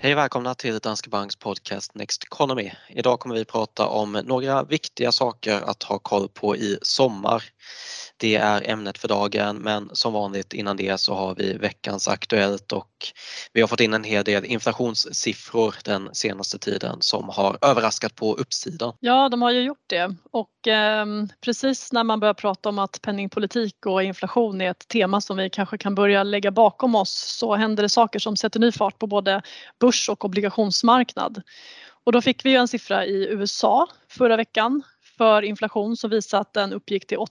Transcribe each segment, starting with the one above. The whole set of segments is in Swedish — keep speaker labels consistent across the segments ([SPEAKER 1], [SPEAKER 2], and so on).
[SPEAKER 1] Hej och välkomna till Danske Banks podcast Next Economy. Idag kommer vi prata om några viktiga saker att ha koll på i sommar. Det är ämnet för dagen, men som vanligt innan det så har vi veckans Aktuellt och vi har fått in en hel del inflationssiffror den senaste tiden som har överraskat på uppsidan.
[SPEAKER 2] Ja, de har ju gjort det och precis när man börjar prata om att penningpolitik och inflation är ett tema som vi kanske kan börja lägga bakom oss, så händer det saker som sätter ny fart på både börs- och obligationsmarknad. Och då fick vi ju en siffra i USA förra veckan för inflation som visar att den uppgick till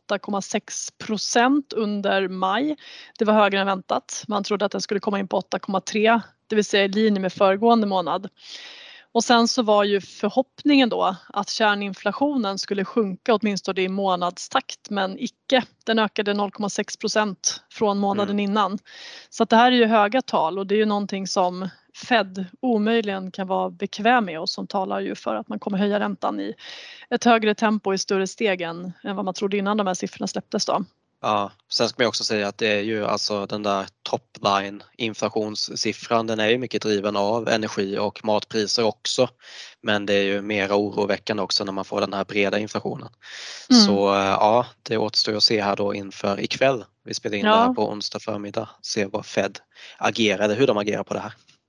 [SPEAKER 2] 8,6% under maj. Det var högre än väntat. Man trodde att den skulle komma in på 8,3%, det vill säga i linje med föregående månad. Och sen så var ju förhoppningen då att kärninflationen skulle sjunka åtminstone i månadstakt, men icke. Den ökade 0,6% från månaden innan. Så att det här är ju höga tal och det är ju någonting som Fed omöjligen kan vara bekväm med och som talar ju för att man kommer höja räntan i ett högre tempo i större steg än vad man trodde innan de här siffrorna släpptes då.
[SPEAKER 1] Ja, sen ska man också säga att det är ju alltså den där topline inflationssiffran, den är ju mycket driven av energi och matpriser också. Men det är ju mer oroväckande också när man får den här breda inflationen. Så ja, det återstår att se här då inför ikväll. Vi spelar in det här på onsdag förmiddag. Se vad Fed agerade, hur de agerar på det här.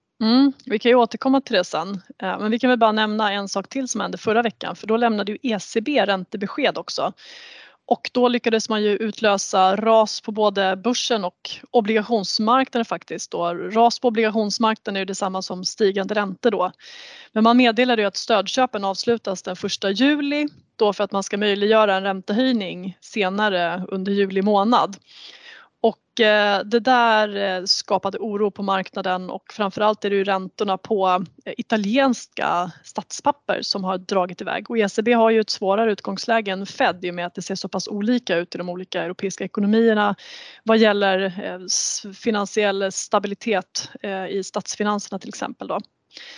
[SPEAKER 2] Vi kan ju återkomma till det sen, men vi kan väl bara nämna en sak till som hände förra veckan, för då lämnade ju ECB räntebesked också. Och då lyckades man ju utlösa ras på både börsen och obligationsmarknaden faktiskt. Då. Ras på obligationsmarknaden är ju detsamma som stigande räntor då. Men man meddelade ju att stödköpen avslutas den 1 juli då för att man ska möjliggöra en räntehöjning senare under juli månad. Och det där skapade oro på marknaden och framförallt är det ju räntorna på italienska statspapper som har dragit iväg. Och ECB har ju ett svårare utgångsläge än Fed i och med att det ser så pass olika ut i de olika europeiska ekonomierna vad gäller finansiell stabilitet i statsfinanserna till exempel då.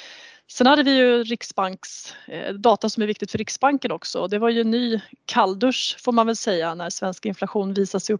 [SPEAKER 2] Sen hade vi ju Riksbanks data som är viktigt för Riksbanken också. Det var ju en ny kalldusch får man väl säga när svensk inflation visade sig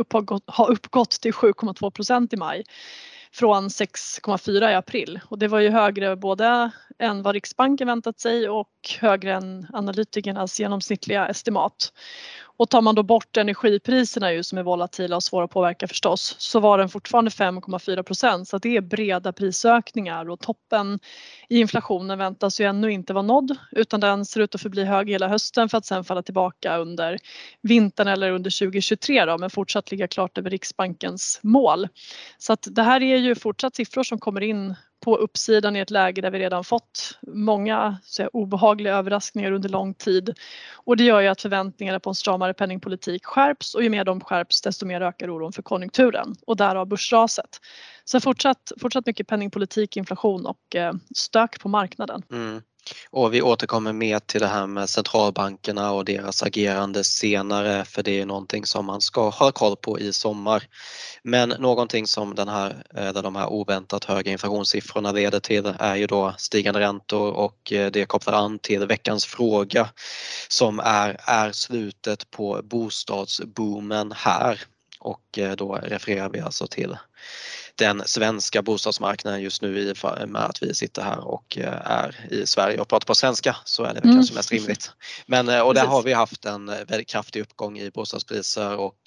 [SPEAKER 2] ha uppgått till 7,2% i maj från 6,4% i april. Och det var ju högre både än vad Riksbanken väntat sig och högre än analytikernas genomsnittliga estimat. Och tar man då bort energipriserna ju som är volatila och svåra att påverka förstås, så var den fortfarande 5,4%, så det är breda prisökningar och toppen i inflationen väntas ju ännu inte vara nådd utan den ser ut att förbli hög hela hösten för att sen falla tillbaka under vintern eller under 2023 då, men fortsatt ligga klart över Riksbankens mål. Så att det här är ju fortsatt siffror som kommer in på uppsidan i ett läge där vi redan fått många obehagliga överraskningar under lång tid. Och det gör ju att förväntningarna på en stramare penningpolitik skärps och ju mer de skärps desto mer ökar oron för konjunkturen och därav börsraset. Så fortsatt mycket penningpolitik, inflation och stök på marknaden.
[SPEAKER 1] Och vi återkommer mer till det här med centralbankerna och deras agerande senare för det är någonting som man ska ha koll på i sommar. Men någonting som där de här oväntat höga inflationssiffrorna leder till är ju då stigande räntor och det kopplar an till veckans fråga som är slutet på bostadsboomen här och då refererar vi alltså till den svenska bostadsmarknaden just nu i och med att vi sitter här och är i Sverige och pratar på svenska så är det kanske mest rimligt. Men och där har vi haft en väldigt kraftig uppgång i bostadspriser och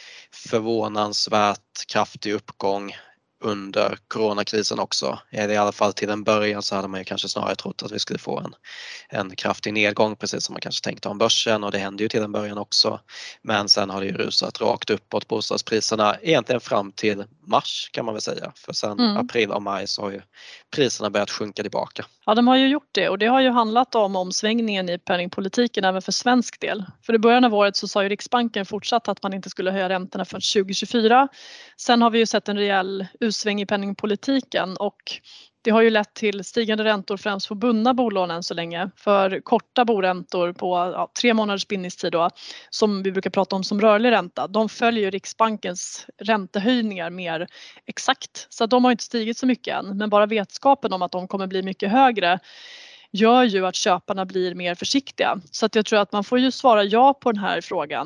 [SPEAKER 1] förvånansvärt kraftig uppgång under coronakrisen också. I alla fall till en början så hade man ju kanske snarare trott att vi skulle få en kraftig nedgång precis som man kanske tänkte om börsen och det hände ju till en början också. Men sen har det ju rusat rakt uppåt bostadspriserna egentligen fram till mars kan man väl säga. För sen april och maj så har ju priserna börjat sjunka tillbaka.
[SPEAKER 2] Ja, de har ju gjort det och det har ju handlat om omsvängningen i penningpolitiken även för svensk del. För i början av året så sa ju Riksbanken fortsatt att man inte skulle höja räntorna förrän 2024. Sen har vi ju sett en rejäl usväng i penningpolitiken och det har ju lett till stigande räntor främst på bundna bolån än så länge. För korta boräntor på 3 månaders bindningstid då, som vi brukar prata om som rörlig ränta, de följer Riksbankens räntehöjningar mer exakt. Så de har inte stigit så mycket än, men bara vetskapen om att de kommer bli mycket högre gör ju att köparna blir mer försiktiga. Så att jag tror att man får ju svara ja på den här frågan.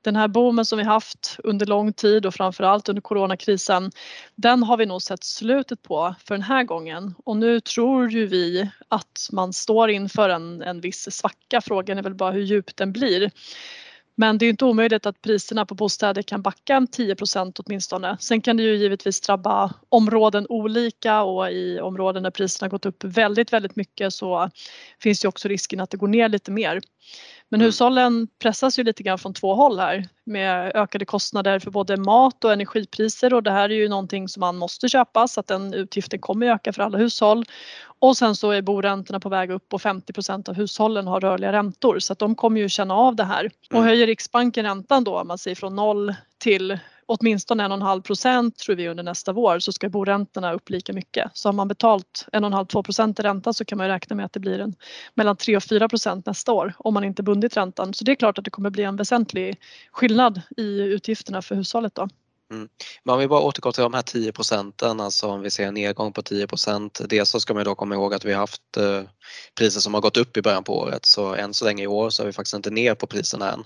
[SPEAKER 2] Den här boomen som vi haft under lång tid och framförallt under coronakrisen, den har vi nog sett slutet på för den här gången. Och nu tror ju vi att man står inför en viss svacka. Frågan är väl bara hur djup den blir. Men det är inte omöjligt att priserna på bostäder kan backa 10% åtminstone. Sen kan det ju givetvis drabba områden olika, och i områden där priserna gått upp väldigt, väldigt mycket så finns det också risken att det går ner lite mer. Men hushållen pressas ju lite grann från två håll här med ökade kostnader för både mat och energipriser, och det här är ju någonting som man måste köpa, så att den utgiften kommer öka för alla hushåll. Och sen så är boräntorna på väg upp och 50% av hushållen har rörliga räntor, så att de kommer ju känna av det här. Och höjer Riksbanken räntan då, man säger från 0 till åtminstone 1,5% tror vi under nästa vår, så ska boräntorna upp lika mycket. Så har man betalt 1,5-2% i ränta så kan man räkna med att det blir mellan 3 och 4% nästa år om man inte bundit räntan. Så det är klart att det kommer bli en väsentlig skillnad i utgifterna för hushållet då.
[SPEAKER 1] Men om vi bara återgår till de här 10%, alltså om vi ser en nedgång på 10%, dels så ska man då komma ihåg att vi har haft priser som har gått upp i början på året, så än så länge i år så är vi faktiskt inte ner på priserna än.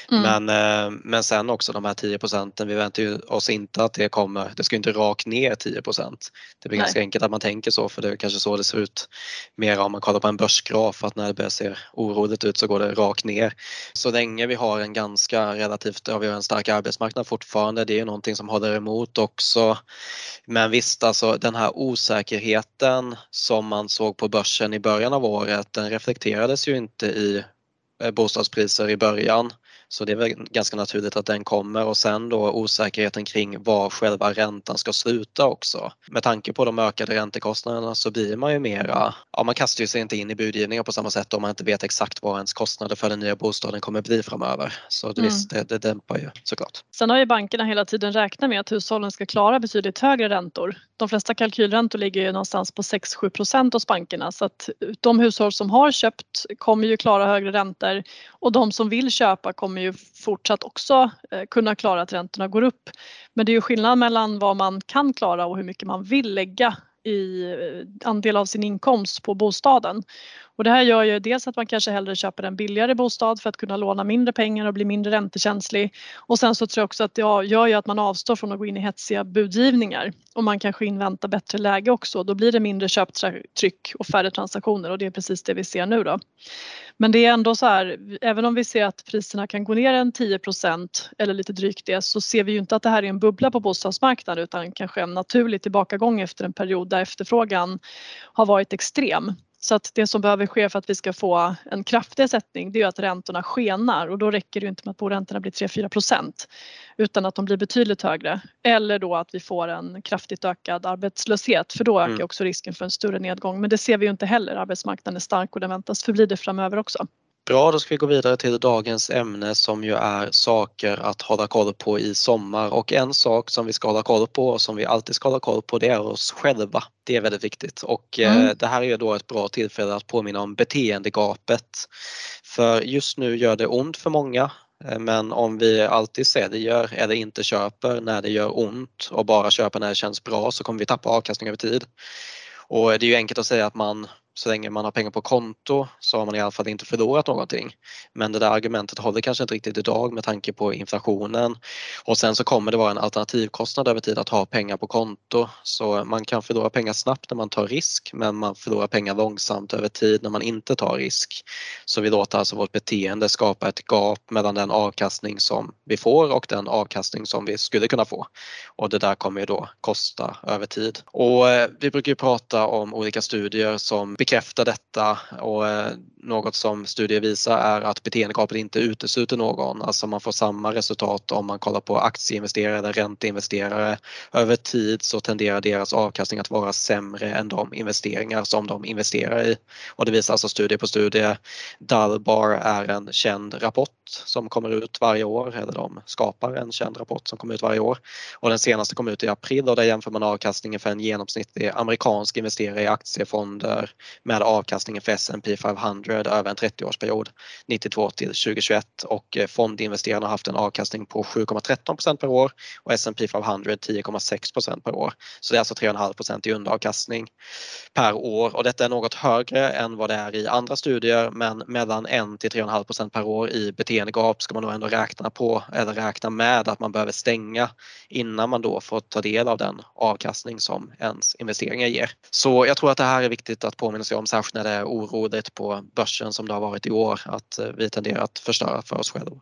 [SPEAKER 1] Men sen också de här 10%, vi väntar ju oss inte att det ska inte rakt ner 10%. Det blir ganska enkelt att man tänker så, för det är kanske så det ser ut mer om man kollar på en börsgraf, att när det börjar se oroligt ut så går det rakt ner. Så länge vi har en ganska relativt, vi har en stark arbetsmarknad fortfarande, det är någonting som håller emot också. Men visst, alltså den här osäkerheten som man såg på börsen i början av året, den reflekterades ju inte i bostadspriser i början. Så det är väl ganska naturligt att den kommer, och sen då osäkerheten kring var själva räntan ska sluta också. Med tanke på de ökade räntekostnaderna så blir man ju mera, man kastar ju sig inte in i budgivningar på samma sätt om man inte vet exakt vad ens kostnader för den nya bostaden kommer bli framöver. Så visst, det dämpar ju såklart.
[SPEAKER 2] Sen har ju bankerna hela tiden räknat med att hushållen ska klara betydligt högre räntor. De flesta kalkylräntor ligger ju någonstans på 6-7% hos bankerna, så att de hushåll som har köpt kommer ju klara högre räntor, och de som vill köpa kommer ju fortsatt också kunna klara att räntorna går upp. Men det är ju skillnad mellan vad man kan klara och hur mycket man vill lägga i andel av sin inkomst på bostaden. Och det här gör ju dels att man kanske hellre köper en billigare bostad för att kunna låna mindre pengar och bli mindre räntekänslig. Och sen så tror jag också att det gör ju att man avstår från att gå in i hetsiga budgivningar. Och man kanske inväntar bättre läge också. Då blir det mindre köptryck och färre transaktioner, och det är precis det vi ser nu då. Men det är ändå så här, även om vi ser att priserna kan gå ner en 10% eller lite drygt det, så ser vi ju inte att det här är en bubbla på bostadsmarknaden, utan kanske en naturlig tillbakagång efter en period där efterfrågan har varit extrem. Så att det som behöver ske för att vi ska få en kraftig sättning, det är att räntorna skenar, och då räcker det inte med att boräntorna blir 3-4% utan att de blir betydligt högre. Eller då att vi får en kraftigt ökad arbetslöshet, för då ökar också risken för en större nedgång. Men det ser vi ju inte heller. Arbetsmarknaden är stark och den väntas förbli det framöver också.
[SPEAKER 1] Bra, då ska vi gå vidare till dagens ämne som ju är saker att hålla koll på i sommar. Och en sak som vi ska hålla koll på och som vi alltid ska hålla koll på, det är oss själva. Det är väldigt viktigt, och det här är ju då ett bra tillfälle att påminna om beteendegapet. För just nu gör det ont för många. Men om vi alltid säljer eller inte köper när det gör ont och bara köper när det känns bra, så kommer vi tappa avkastning över tid. Och det är ju enkelt att säga att så länge man har pengar på konto så har man i alla fall inte förlorat någonting. Men det där argumentet håller kanske inte riktigt idag med tanke på inflationen. Och sen så kommer det vara en alternativkostnad över tid att ha pengar på konto. Så man kan förlora pengar snabbt när man tar risk, men man förlorar pengar långsamt över tid när man inte tar risk. Så vi låter alltså vårt beteende skapa ett gap mellan den avkastning som vi får och den avkastning som vi skulle kunna få. Och det där kommer ju då kosta över tid. Och vi brukar ju prata om olika studier som bekräftar detta, och något som studier visar är att beteendegapet inte utesluter någon. Alltså man får samma resultat om man kollar på aktieinvesterare eller ränteinvesterare. Över tid så tenderar deras avkastning att vara sämre än de investeringar som de investerar i. Och det visar alltså studie på studie. Dalbar är en känd rapport som kommer ut varje år, eller de skapar en känd rapport som kommer ut varje år. Och den senaste kom ut i april, och där jämför man avkastningen för en genomsnittlig amerikansk investerare i aktiefonder med avkastningen för S&P 500 över en 30-årsperiod 92 till 2021, och fondinvesterarna har haft en avkastning på 7,13% per år och S&P 500 10,6% per år. Så det är alltså 3,5% i underavkastning per år, och detta är något högre än vad det är i andra studier, men mellan 1 till 3,5% per år i beteende beteendegap ska man nog ändå räkna med att man behöver stänga innan man då får ta del av den avkastning som ens investeringar ger. Så jag tror att det här är viktigt att påminna sig om, särskilt när det är oroligt på börsen som det har varit i år, att vi tenderar att förstöra för oss själva.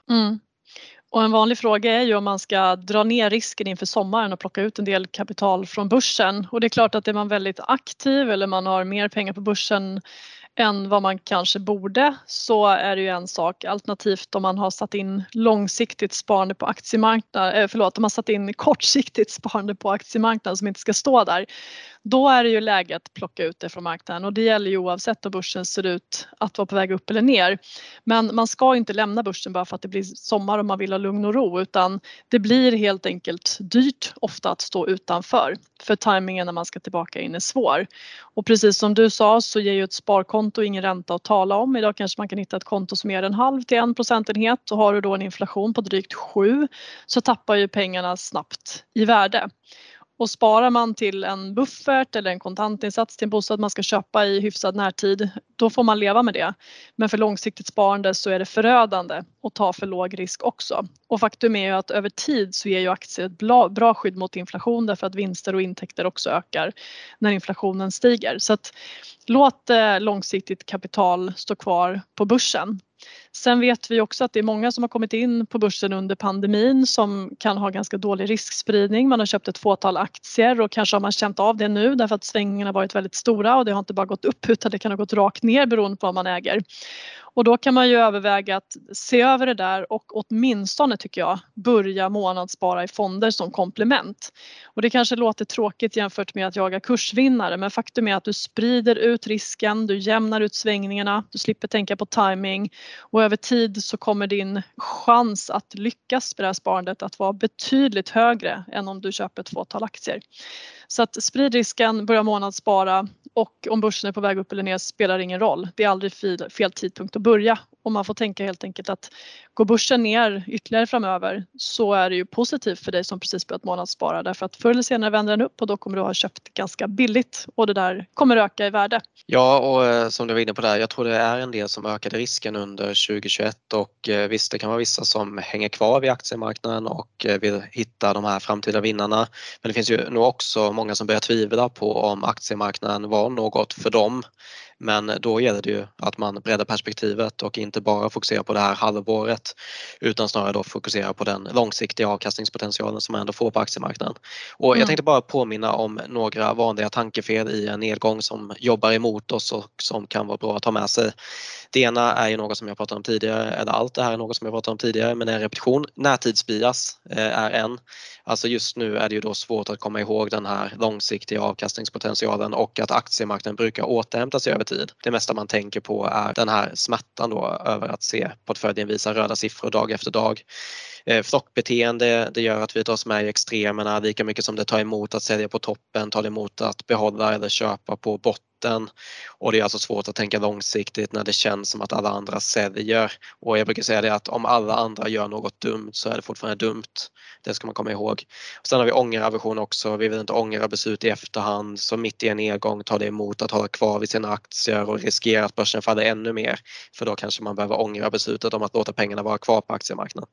[SPEAKER 2] Och en vanlig fråga är ju om man ska dra ner risken inför sommaren och plocka ut en del kapital från börsen. Och det är klart att är man väldigt aktiv eller man har mer pengar på börsen än vad man kanske borde, så är det ju en sak. Alternativt om man har satt in långsiktigt sparande på aktiemarknaden, om man satt in kortsiktigt sparande på aktiemarknaden som inte ska stå där. Då är det ju läge att plocka ut det från marknaden, och det gäller ju oavsett om börsen ser ut att vara på väg upp eller ner. Men man ska inte lämna börsen bara för att det blir sommar och man vill ha lugn och ro, utan det blir helt enkelt dyrt ofta att stå utanför. För tajmingen när man ska tillbaka in är svår. Och precis som du sa så ger ju ett sparkonto ingen ränta att tala om. Idag kanske man kan hitta ett konto som är 0,5 till 1 procentenhet, och har du då en inflation på drygt 7 så tappar ju pengarna snabbt i värde. Och sparar man till en buffert eller en kontantinsats till en bostad man ska köpa i hyfsad närtid, då får man leva med det. Men för långsiktigt sparande så är det förödande att ta för låg risk också. Och faktum är ju att över tid så ger ju aktier ett bra skydd mot inflation, därför att vinster och intäkter också ökar när inflationen stiger. Så att låt långsiktigt kapital stå kvar på börsen. Sen vet vi också att det är många som har kommit in på börsen under pandemin som kan ha ganska dålig riskspridning. Man har köpt ett fåtal aktier och kanske har man känt av det nu därför att svängningarna har varit väldigt stora och det har inte bara gått upp utan det kan ha gått rakt ner beroende på vad man äger. Och då kan man ju överväga att se över det där och åtminstone, tycker jag, börja månadsspara i fonder som komplement. Och det kanske låter tråkigt jämfört med att jaga kursvinnare, men faktum är att du sprider ut risken, du jämnar ut svängningarna, du slipper tänka på timing, och över tid så kommer din chans att lyckas med det här sparandet att vara betydligt högre än om du köper ett fåtal aktier. Så att sprid risken, börja månadsspara, och om börsen är på väg upp eller ner spelar ingen roll. Det är aldrig fel tidpunkt att börja. Och man får tänka helt enkelt att går börsen ner ytterligare framöver så är det ju positivt för dig som precis börjat månadsspara, därför att förr eller senare vänder den upp och då kommer du ha köpt ganska billigt och det där kommer öka i värde.
[SPEAKER 1] Ja, och som du var inne på där, jag tror det är en del som ökade risken under 2021, och visst, det kan vara vissa som hänger kvar vid aktiemarknaden och vill hitta de här framtida vinnarna. Men det finns ju nog också många som börjar tvivla på om aktiemarknaden var något för dem. Men då gäller det ju att man breddar perspektivet och inte bara fokuserar på det här halvåret, utan snarare då fokuserar på den långsiktiga avkastningspotentialen som man ändå får på aktiemarknaden. Och jag tänkte bara påminna om några vanliga tankefel i en nedgång som jobbar emot oss och som kan vara bra att ta med sig. Det ena är ju något som jag pratade om tidigare, eller allt det här är något som jag pratade om tidigare, men en repetition. Närtidsbias är en. Alltså just nu är det ju då svårt att komma ihåg den här långsiktiga avkastningspotentialen och att aktiemarknaden brukar återhämta sig över tid. Det mesta man tänker på är den här smärtan då över att se portföljen visa röda siffror dag efter dag. Flockbeteende, det gör att vi dras med i extremerna lika mycket som det tar emot att sälja på toppen, tar emot att behålla eller köpa på botten. Och det är alltså svårt att tänka långsiktigt när det känns som att alla andra säljer. Och jag brukar säga det att om alla andra gör något dumt så är det fortfarande dumt. Det ska man komma ihåg. Och sen har vi ångeraversion också. Vi vill inte ångra beslut i efterhand. Så mitt i en nedgång tar det emot att hålla kvar vid sina aktier och riskera att börsen faller ännu mer. För då kanske man behöver ångra beslutet om att låta pengarna vara kvar på aktiemarknaden.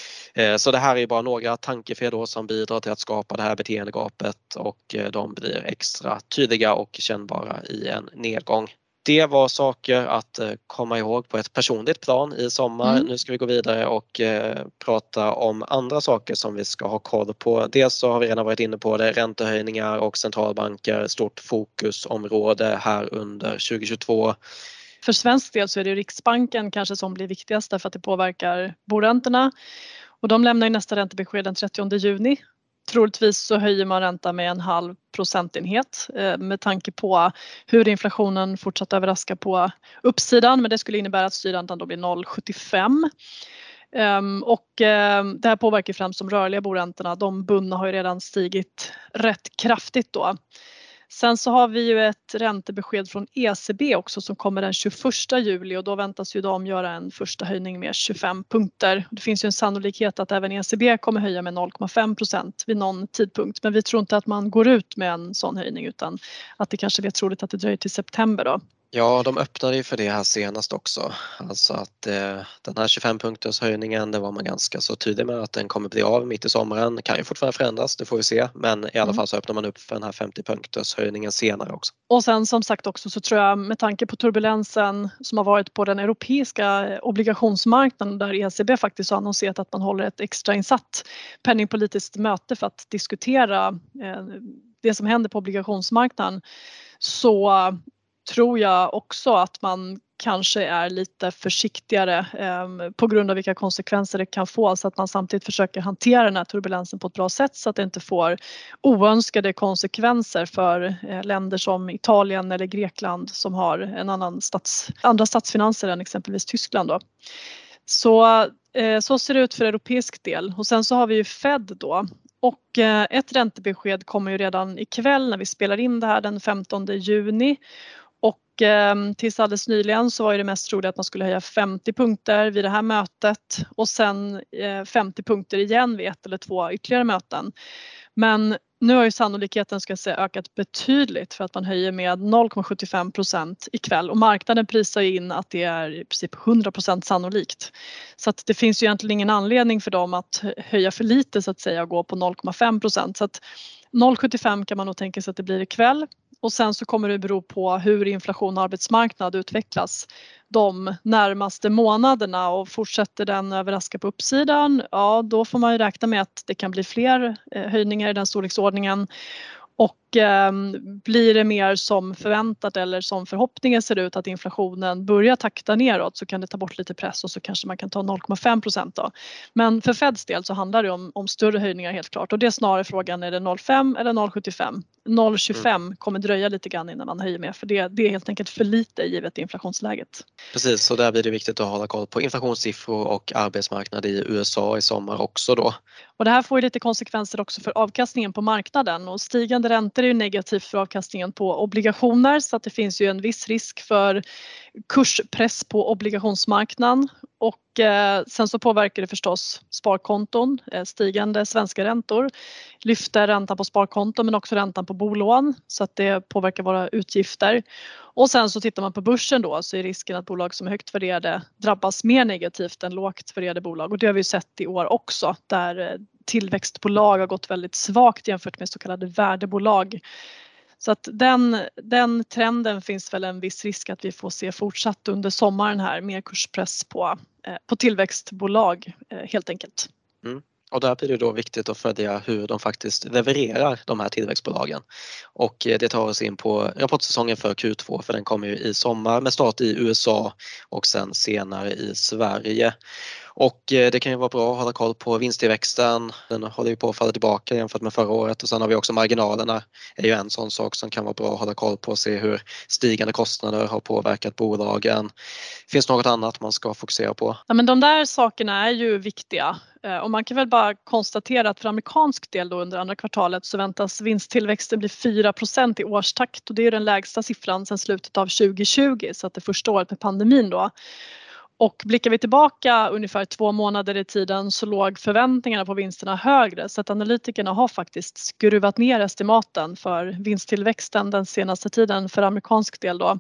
[SPEAKER 1] Så det här är bara några tankefel då som bidrar till att skapa det här beteendegapet, och de blir extra tydliga och kännbara i en nedgång. Det var saker att komma ihåg på ett personligt plan i sommar. Nu ska vi gå vidare och prata om andra saker som vi ska ha koll på. Dels så har vi redan varit inne på det, räntehöjningar och centralbanker, stort fokusområde här under 2022.
[SPEAKER 2] För svensk del så är det Riksbanken kanske som blir viktigast därför att det påverkar boräntorna. Och de lämnar ju nästa räntebesked den 30 juni. Troligtvis så höjer man räntan med 0,5 procentenhet med tanke på hur inflationen fortsatt överraska på uppsidan. Men det skulle innebära att styrräntan då blir 0,75. Och det här påverkar främst de rörliga boräntorna. De bundna har ju redan stigit rätt kraftigt då. Sen så har vi ju ett räntebesked från ECB också som kommer den 21 juli, och då väntas ju de göra en första höjning med 25 punkter. Det finns ju en sannolikhet att även ECB kommer höja med 0,5% vid någon tidpunkt, men vi tror inte att man går ut med en sån höjning utan att det kanske är troligt att det dröjer till september då.
[SPEAKER 1] Ja, de öppnade ju för det här senast också. Alltså att den här 25-punkters höjningen, det var man ganska så tydlig med att den kommer bli av mitt i sommaren. Kan ju fortfarande förändras, det får vi se. Men i alla fall så öppnar man upp för den här 50-punkters höjningen senare också.
[SPEAKER 2] Och sen som sagt också så tror jag med tanke på turbulensen som har varit på den europeiska obligationsmarknaden där ECB faktiskt har annonserat att man håller ett extrainsatt penningpolitiskt möte för att diskutera det som händer på obligationsmarknaden, så tror jag också att man kanske är lite försiktigare på grund av vilka konsekvenser det kan få, så att man samtidigt försöker hantera den här turbulensen på ett bra sätt så att det inte får oönskade konsekvenser för länder som Italien eller Grekland som har andra statsfinanser än exempelvis Tyskland då. Så ser det ut för europeisk del, och sen så har vi ju Fed då. Och ett räntebesked kommer ju redan ikväll när vi spelar in det här den 15 juni. Och tills alldeles nyligen så var ju det mest troliga att man skulle höja 50 punkter vid det här mötet och sen 50 punkter igen vid ett eller två ytterligare möten. Men nu har ju sannolikheten ökat betydligt för att man höjer med 0,75% ikväll, och marknaden prisar in att det är i princip 100% sannolikt. Så att det finns ju egentligen ingen anledning för dem att höja för lite så att säga och gå på 0,5%. Så att 0,75 kan man nog tänka sig att det blir ikväll. Och sen så kommer det bero på hur inflation och arbetsmarknad utvecklas de närmaste månaderna, och fortsätter den överraska på uppsidan, ja då får man ju räkna med att det kan bli fler höjningar i den storleksordningen. Och blir det mer som förväntat eller som förhoppningen ser ut att inflationen börjar takta neråt, så kan det ta bort lite press och så kanske man kan ta 0,5% då. Men för Feds del så handlar det om större höjningar helt klart, och det är snarare frågan, är det 0,5 eller 0,75? 0,25 kommer dröja lite grann innan man höjer med, för det är helt enkelt för lite givet inflationsläget.
[SPEAKER 1] Precis, så där blir det viktigt att hålla koll på inflationssiffror och arbetsmarknad i USA i sommar också då.
[SPEAKER 2] Och det här får ju lite konsekvenser också för avkastningen på marknaden, och stigande räntor är ju negativt för avkastningen på obligationer, så att det finns ju en viss risk för kurspress på obligationsmarknaden. Och sen så påverkar det förstås sparkonton, stigande svenska räntor lyfter räntan på sparkonton men också räntan på bolån, så att det påverkar våra utgifter. Och sen så tittar man på börsen då, så är risken att bolag som är högt värderade drabbas mer negativt än lågt värderade bolag, och det har vi sett i år också där tillväxtbolag har gått väldigt svagt jämfört med så kallade värdebolag. Så att den trenden finns väl en viss risk att vi får se fortsatt under sommaren här, mer kurspress på tillväxtbolag helt enkelt.
[SPEAKER 1] Och där blir det då viktigt att följa hur de faktiskt levererar de här tillväxtbolagen. Och det tar oss in på rapportsäsongen för Q2, för den kommer ju i sommar med start i USA och sen senare i Sverige. Och det kan ju vara bra att hålla koll på vinsttillväxten. Den håller ju på att falla tillbaka jämfört med förra året, och sen har vi också marginalerna. Det är ju en sån sak som kan vara bra att hålla koll på och se hur stigande kostnader har påverkat bolagen. Finns det något annat man ska fokusera på?
[SPEAKER 2] Ja, men de där sakerna är ju viktiga. Och man kan väl bara konstatera att för amerikansk del då under andra kvartalet så väntas vinsttillväxten bli 4% i årstakt, och det är den lägsta siffran sedan slutet av 2020, så att det första året med pandemin då. Och blickar vi tillbaka ungefär 2 månader i tiden så låg förväntningarna på vinsterna högre, så att analytikerna har faktiskt skruvat ner estimaten för vinsttillväxten den senaste tiden för amerikansk del då.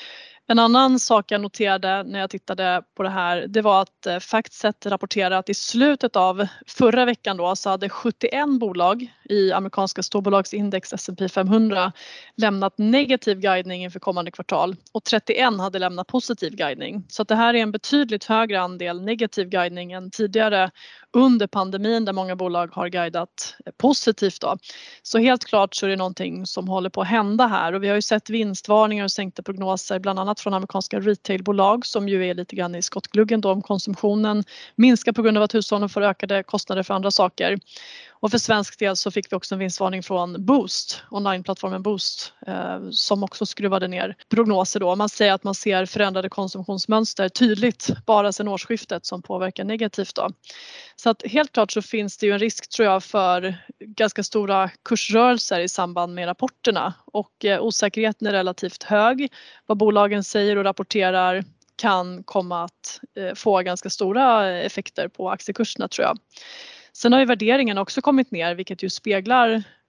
[SPEAKER 2] En annan sak jag noterade när jag tittade på det här, det var att FactSet rapporterar att i slutet av förra veckan då så hade 71 bolag i amerikanska storbolagsindex S&P 500 lämnat negativ guidning inför kommande kvartal, och 31 hade lämnat positiv guidning. Så att det här är en betydligt högre andel negativ guidning än tidigare under pandemin, där många bolag har guidat positivt då. Så helt klart så är det någonting som håller på att hända här, och vi har ju sett vinstvarningar och sänkta prognoser bland annat från amerikanska retailbolag som ju är lite grann i skottgluggen då om konsumtionen minskar på grund av att hushållen får ökade kostnader för andra saker. Och för svensk del så fick vi också en vinstvarning från Boozt, onlineplattformen Boozt, som också skruvade ner prognoser då. Man säger att man ser förändrade konsumtionsmönster tydligt bara sedan årsskiftet som påverkar negativt då. Så att helt klart så finns det ju en risk tror jag för ganska stora kursrörelser i samband med rapporterna, och osäkerheten är relativt hög. Vad bolagen säger och rapporterar kan komma att få ganska stora effekter på aktiekurserna tror jag. Sen har ju värderingen också kommit ner, vilket ju speglar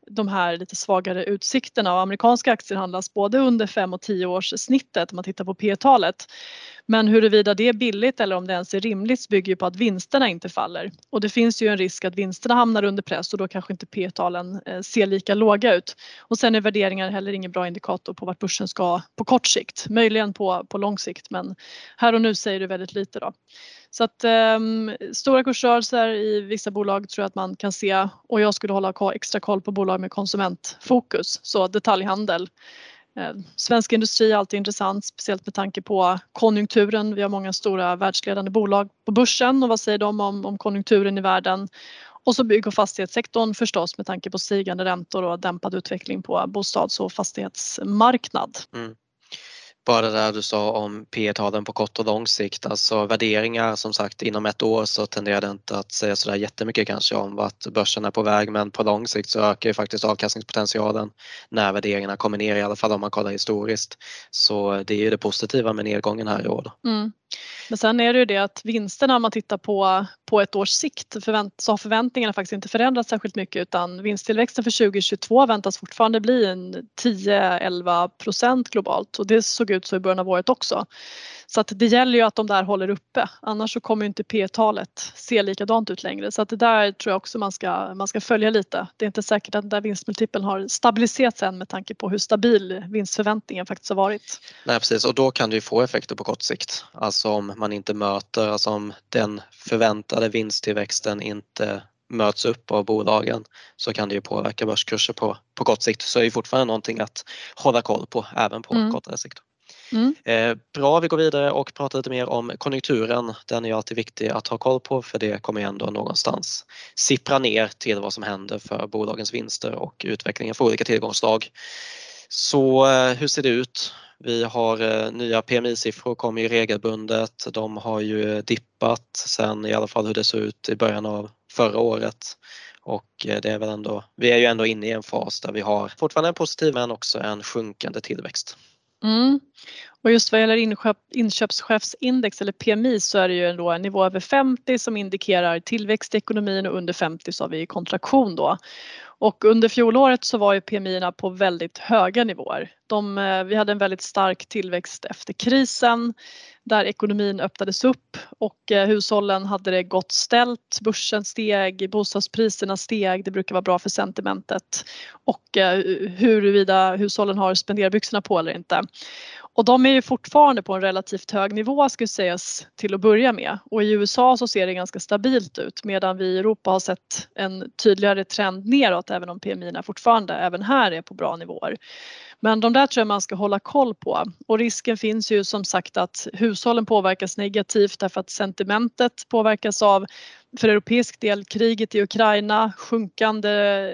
[SPEAKER 2] de här lite svagare utsikterna, och amerikanska aktier handlas både under 5 och 10 års snittet om man tittar på P-talet. Men huruvida det är billigt eller om det ens är rimligt bygger ju på att vinsterna inte faller. Och det finns ju en risk att vinsterna hamnar under press och då kanske inte P-talen ser lika låga ut. Och sen är värderingar heller ingen bra indikator på vart börsen ska på kort sikt. Möjligen på lång sikt, men här och nu säger det väldigt lite då. Så att stora kursrörelser i vissa bolag tror jag att man kan se, och jag skulle hålla extra koll på bolag med konsumentfokus, så detaljhandel. Svensk industri är alltid intressant, speciellt med tanke på konjunkturen. Vi har många stora världsledande bolag på börsen, och vad säger de om konjunkturen i världen? Och så bygg- och fastighetssektorn förstås med tanke på stigande räntor och dämpad utveckling på bostads- och fastighetsmarknad.
[SPEAKER 1] Bara det där du sa om P-talen på kort och lång sikt, alltså värderingar som sagt inom ett år så tenderar det inte att säga sådär jättemycket kanske om vart börsen är på väg, men på lång sikt så ökar ju faktiskt avkastningspotentialen när värderingarna kommer ner, i alla fall om man kollar historiskt. Så det är ju det positiva med nedgången här i år.
[SPEAKER 2] Men sen är det ju det att vinsterna, om man tittar på ett års sikt, så har förväntningarna faktiskt inte förändrats särskilt mycket, utan vinsttillväxten för 2022 väntas fortfarande bli en 10-11% globalt, och det såg ut så i början av året också. Så att det gäller ju att de där håller uppe, annars så kommer inte P-talet se likadant ut längre. Så att det där tror jag också man ska följa lite. Det är inte säkert att den där vinstmultipeln har stabiliserats än med tanke på hur stabil vinstförväntningen faktiskt har varit.
[SPEAKER 1] Nej precis, och då kan det ju få effekter på kort sikt. Alltså om man inte möter, alltså om den förväntade vinsttillväxten inte möts upp av bolagen så kan det ju påverka börskurser på kort sikt. Så är det fortfarande någonting att hålla koll på även på kortare sikt. Bra, vi går vidare och pratar lite mer om konjunkturen. Den är ju alltid viktig att ha koll på, för det kommer ändå någonstans sippra ner till vad som händer för bolagens vinster och utvecklingen för olika tillgångsslag. Så hur ser det ut? Vi har nya PMI-siffror, kommer ju regelbundet. De har ju dippat sen i alla fall hur det såg ut i början av förra året. Och det är väl ändå, vi är ju ändå inne i en fas där vi har fortfarande en positiv men också en sjunkande tillväxt.
[SPEAKER 2] Och just vad gäller inköpschefsindex eller PMI så är det ju en nivå över 50 som indikerar tillväxt i ekonomin, och under 50 så har vi kontraktion då. Och under fjolåret så var ju PMI-erna på väldigt höga nivåer. Vi hade en väldigt stark tillväxt efter krisen där ekonomin öppnades upp och hushållen hade det gott ställt. Börsen steg, bostadspriserna steg, det brukar vara bra för sentimentet, och huruvida hushållen har spenderbyxorna på eller inte. Och de är ju fortfarande på en relativt hög nivå ska sägas till att börja med. Och i USA så ser det ganska stabilt ut, medan vi i Europa har sett en tydligare trend neråt, även om PMI-erna fortfarande även här är på bra nivåer. Men de där tror jag man ska hålla koll på, och risken finns ju som sagt att hushållen påverkas negativt därför att sentimentet påverkas av, för europeisk del, kriget i Ukraina, sjunkande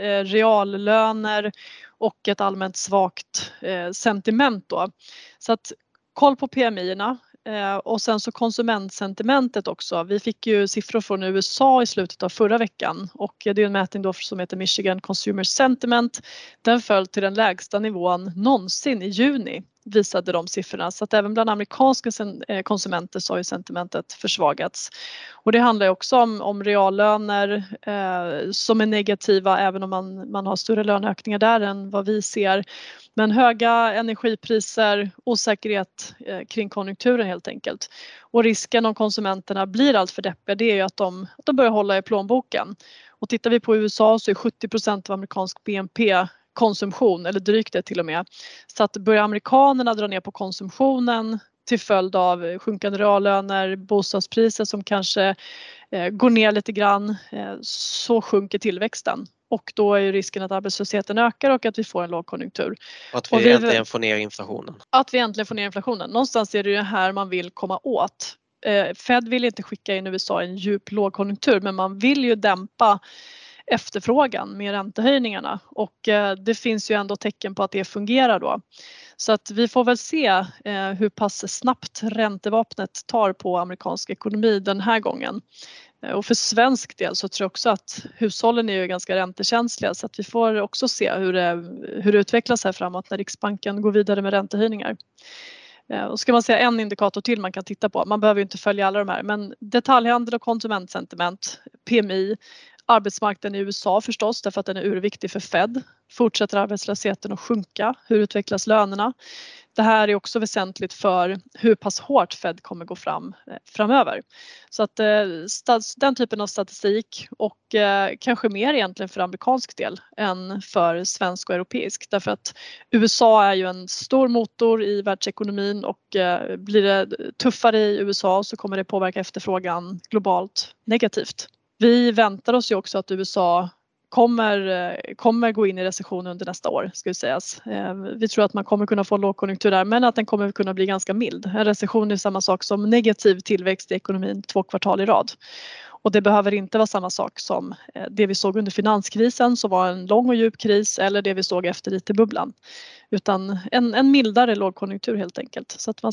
[SPEAKER 2] reallöner och ett allmänt svagt sentiment då. Så att koll på PMI-erna. Och sen så konsumentsentimentet också. Vi fick ju siffror från USA i slutet av förra veckan, och det är en mätning då som heter Michigan Consumer Sentiment. Den föll till den lägsta nivån någonsin i juni, visade de siffrorna. Så att även bland amerikanska konsumenter så har ju sentimentet försvagats. Och det handlar ju också om reallöner som är negativa, även om man har större löneökningar där än vad vi ser. Men höga energipriser, osäkerhet kring konjunkturen helt enkelt. Och risken om konsumenterna blir allt för deppiga, det är ju att de börjar hålla i plånboken. Och tittar vi på USA så är 70% av amerikansk BNP konsumtion, eller drygt det till och med. Så att börjar amerikanerna dra ner på konsumtionen till följd av sjunkande reallöner, bostadspriser som kanske går ner lite grann, så sjunker tillväxten. Och då är ju risken att arbetslösheten ökar och att vi får en lågkonjunktur.
[SPEAKER 1] Och att vi äntligen får ner inflationen.
[SPEAKER 2] Att vi äntligen får ner inflationen. Någonstans är det ju här man vill komma åt. Fed vill inte skicka in USA i en djup lågkonjunktur, men man vill ju dämpa efterfrågan med räntehöjningarna, och det finns ju ändå tecken på att det fungerar då. Så att vi får väl se hur pass snabbt räntevapnet tar på amerikansk ekonomi den här gången. Och för svensk del så tror jag också att hushållen är ju ganska räntekänsliga, så att vi får också se hur det utvecklas här framåt när Riksbanken går vidare med räntehöjningar. Och ska man säga en indikator till man kan titta på, man behöver ju inte följa alla de här, men detaljhandel och konsumentsentiment, PMI, Arbetsmarknaden i USA förstås, därför att den är urviktig för Fed. Fortsätter arbetslösheten att sjunka? Hur utvecklas lönerna? Det här är också väsentligt för hur pass hårt Fed kommer gå framöver. Så att den typen av statistik och kanske mer egentligen för amerikansk del än för svensk och europeisk. Därför att USA är ju en stor motor i världsekonomin och blir det tuffare i USA så kommer det påverka efterfrågan globalt negativt. Vi väntar oss ju också att USA kommer gå in i recession under nästa år, ska vi sägas. Vi tror att man kommer kunna få lågkonjunktur där, men att den kommer kunna bli ganska mild. En recession är samma sak som negativ tillväxt i ekonomin 2 kvartal i rad. Och det behöver inte vara samma sak som det vi såg under finanskrisen som var en lång och djup kris eller det vi såg efter IT-bubblan. Utan en mildare lågkonjunktur helt enkelt. Så att man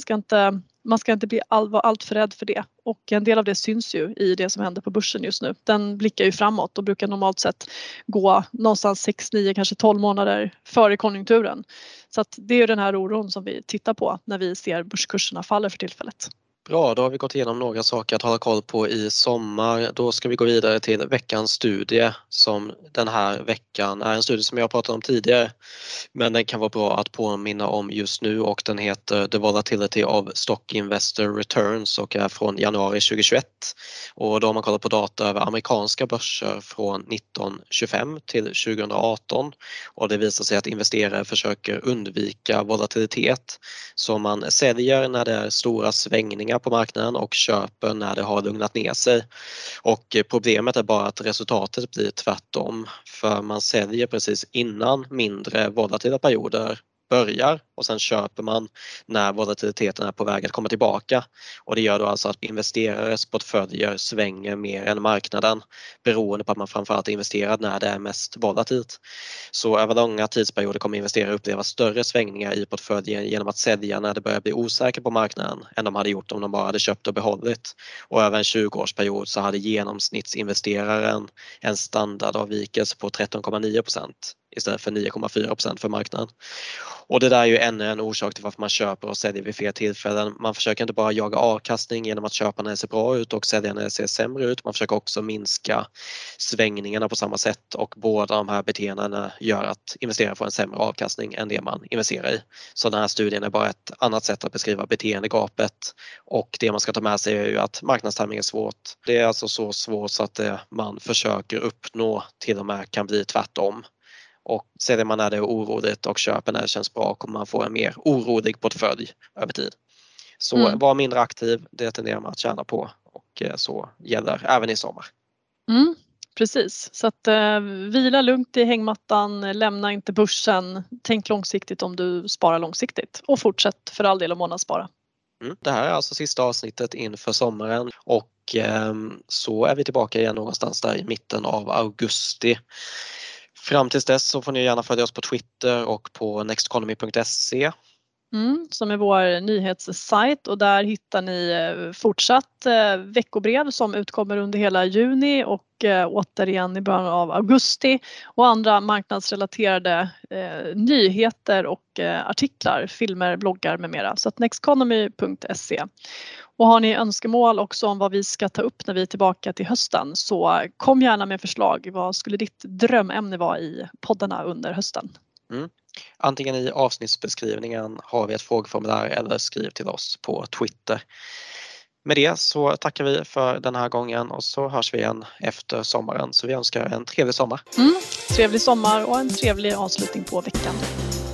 [SPEAKER 2] ska inte bli allt för rädd för det. Och en del av det syns ju i det som händer på börsen just nu. Den blickar ju framåt och brukar normalt sett gå någonstans 6, 9, kanske 12 månader före konjunkturen. Så att det är den här oron som vi tittar på när vi ser börskurserna faller för tillfället.
[SPEAKER 1] Bra, då har vi gått igenom några saker att hålla koll på i sommar. Då ska vi gå vidare till veckans studie som den här veckan är en studie som jag pratat om tidigare. Men den kan vara bra att påminna om just nu och den heter The Volatility of Stock Investor Returns och är från januari 2021. Och då har man kollat på data över amerikanska börser från 1925 till 2018 och det visar sig att investerare försöker undvika volatilitet. Så man säljer när det är stora svängningar på marknaden och köper när det har lugnat ner sig. Och problemet är bara att resultatet blir tvärtom för man säljer precis innan mindre volatila perioder börjar och sen köper man när volatiliteten är på väg att komma tillbaka och det gör då alltså att investerares portföljer svänger mer än marknaden beroende på att man framförallt är investerad när det är mest volatilt. Så över långa tidsperioder kommer investerare uppleva större svängningar i portföljen genom att sälja när det börjar bli osäkert på marknaden än de hade gjort om de bara hade köpt och behållit. Och över en 20-årsperiod så hade genomsnittsinvesteraren en standardavvikelse på 13,9% istället för 9,4% för marknaden. Och det där är ju ännu en orsak till varför man köper och säljer vid fel tillfällen. Man försöker inte bara jaga avkastning genom att köpa när det ser bra ut och sälja när det ser sämre ut. Man försöker också minska svängningarna på samma sätt och båda de här beteendena gör att investerare får en sämre avkastning än det man investerar i. Så den här studien är bara ett annat sätt att beskriva beteendegapet och det man ska ta med sig är ju att marknadstiming är svårt. Det är alltså så svårt så att det man försöker uppnå till och med kan bli tvärtom. Och säljer man när det är oroligt och köper när det känns bra kommer man få en mer orolig portfölj över tid. Så var mindre aktiv, det tenderar man att tjäna på och så gäller även i sommar.
[SPEAKER 2] Precis, så att vila lugnt i hängmattan, lämna inte börsen, tänk långsiktigt om du sparar långsiktigt och fortsätt för all del att månadsspara.
[SPEAKER 1] Det här är alltså sista avsnittet inför sommaren och så är vi tillbaka igen någonstans där i mitten av augusti. Fram tills dess så får ni gärna följa oss på Twitter och på nexteconomy.se.
[SPEAKER 2] Som är vår nyhetssajt och där hittar ni fortsatt veckobrev som utkommer under hela juni och återigen i början av augusti och andra marknadsrelaterade nyheter och artiklar, filmer, bloggar med mera. Så att nexteconomy.se. Och har ni önskemål också om vad vi ska ta upp när vi är tillbaka till hösten så kom gärna med förslag. Vad skulle ditt drömämne vara i poddarna under hösten?
[SPEAKER 1] Antingen i avsnittsbeskrivningen har vi ett frågeformulär eller skriv till oss på Twitter. Med det så tackar vi för den här gången och så hörs vi igen efter sommaren. Så vi önskar en trevlig sommar.
[SPEAKER 2] Trevlig sommar och en trevlig avslutning på veckan.